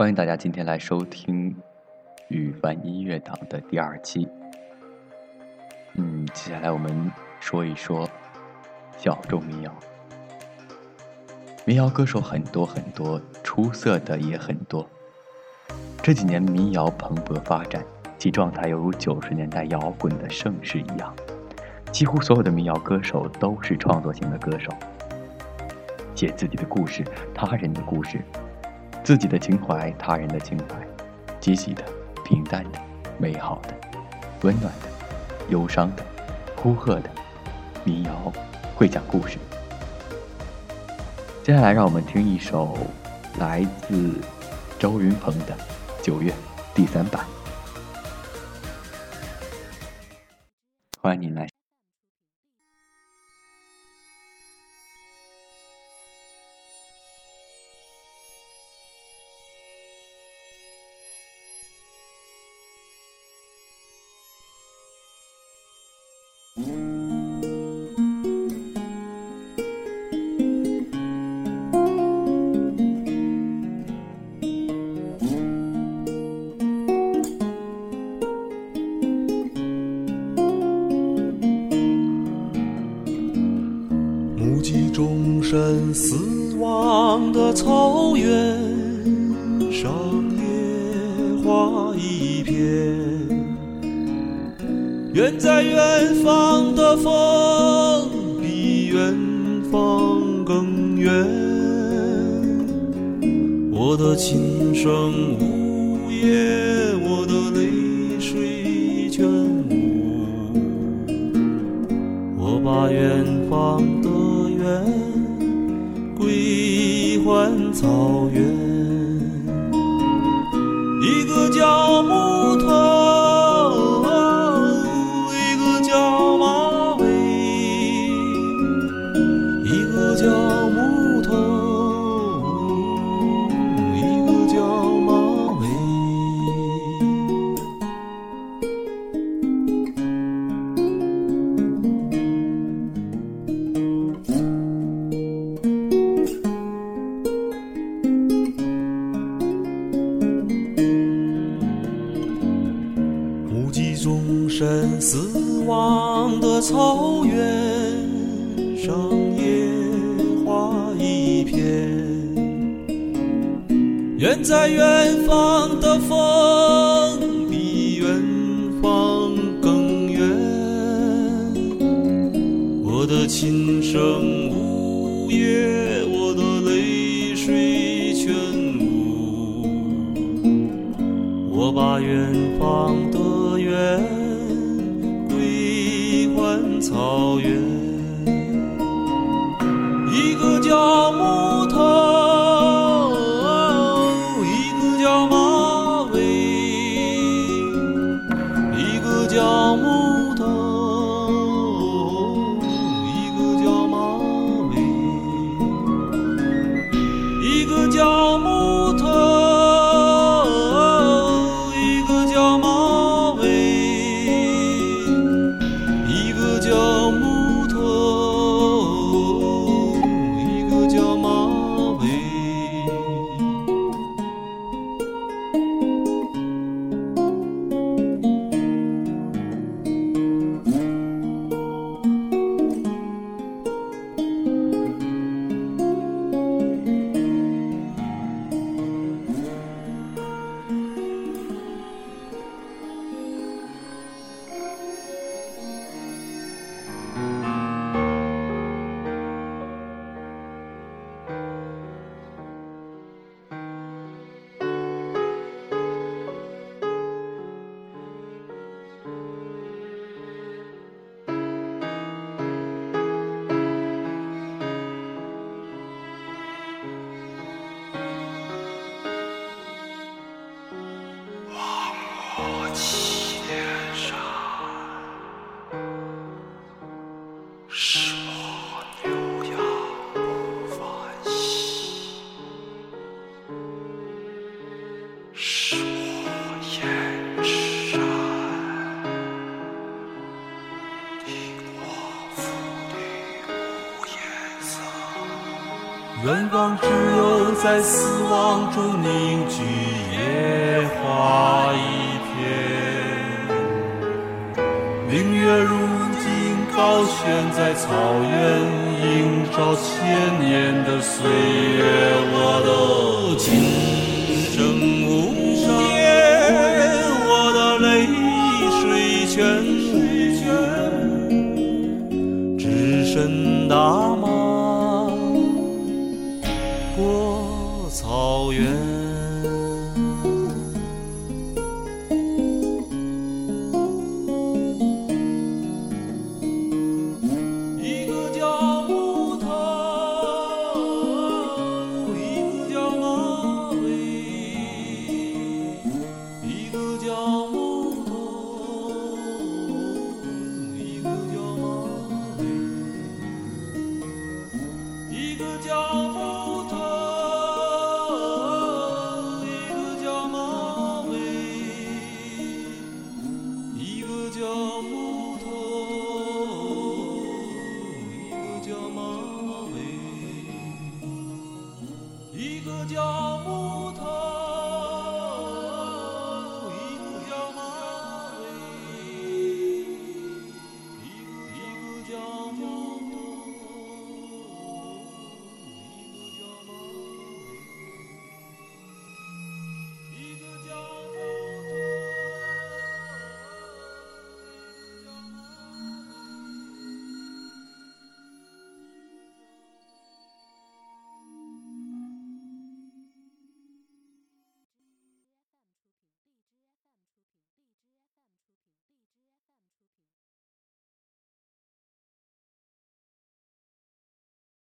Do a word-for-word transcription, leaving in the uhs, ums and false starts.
欢迎大家今天来收听语凡音乐档的第二期。嗯，接下来我们说一说小众民谣。民谣歌手很多很多，出色的也很多。这几年民谣蓬勃发展，其状态犹如九十年代摇滚的盛世一样。几乎所有的民谣歌手都是创作型的歌手，写自己的故事，他人的故事，自己的情怀，他人的情怀，积极的，平淡的，美好的，温暖的，忧伤的，呼喝的。民谣会讲故事。接下来让我们听一首来自周云鹏的《九月》第三版。欢迎您来。 目击众生死亡的草原上，野花一片，远在远方的风比远方更远，我的琴声呜咽，我的泪水全无，我把远方的远归还草原，一个叫木头，一个叫马尾，一个叫木头，一个叫马尾。目击众生死亡的草原上，野花一片，远在远方的风比远方更远，我的琴声呜咽，我的泪水全无，我把远方的远归还草原，一个叫木头，一个叫马尾，一个叫木头，一个叫马尾，一个叫木头，一个叫马尾，一个叫木头，一个叫马尾。起脸上是我牛羊不欢喜，是我胭脂山，听我赋予无颜色。远港只有在死亡中凝聚野花一片。明月如今高悬在草原，映照千年的岁月。我的琴声无言，我的泪水全无，只身打马过草原。一个叫木头，一个叫马尾，一个叫木头，一个叫马尾，一个叫木头，一个叫马尾，一个叫木头，一个叫马尾，一个叫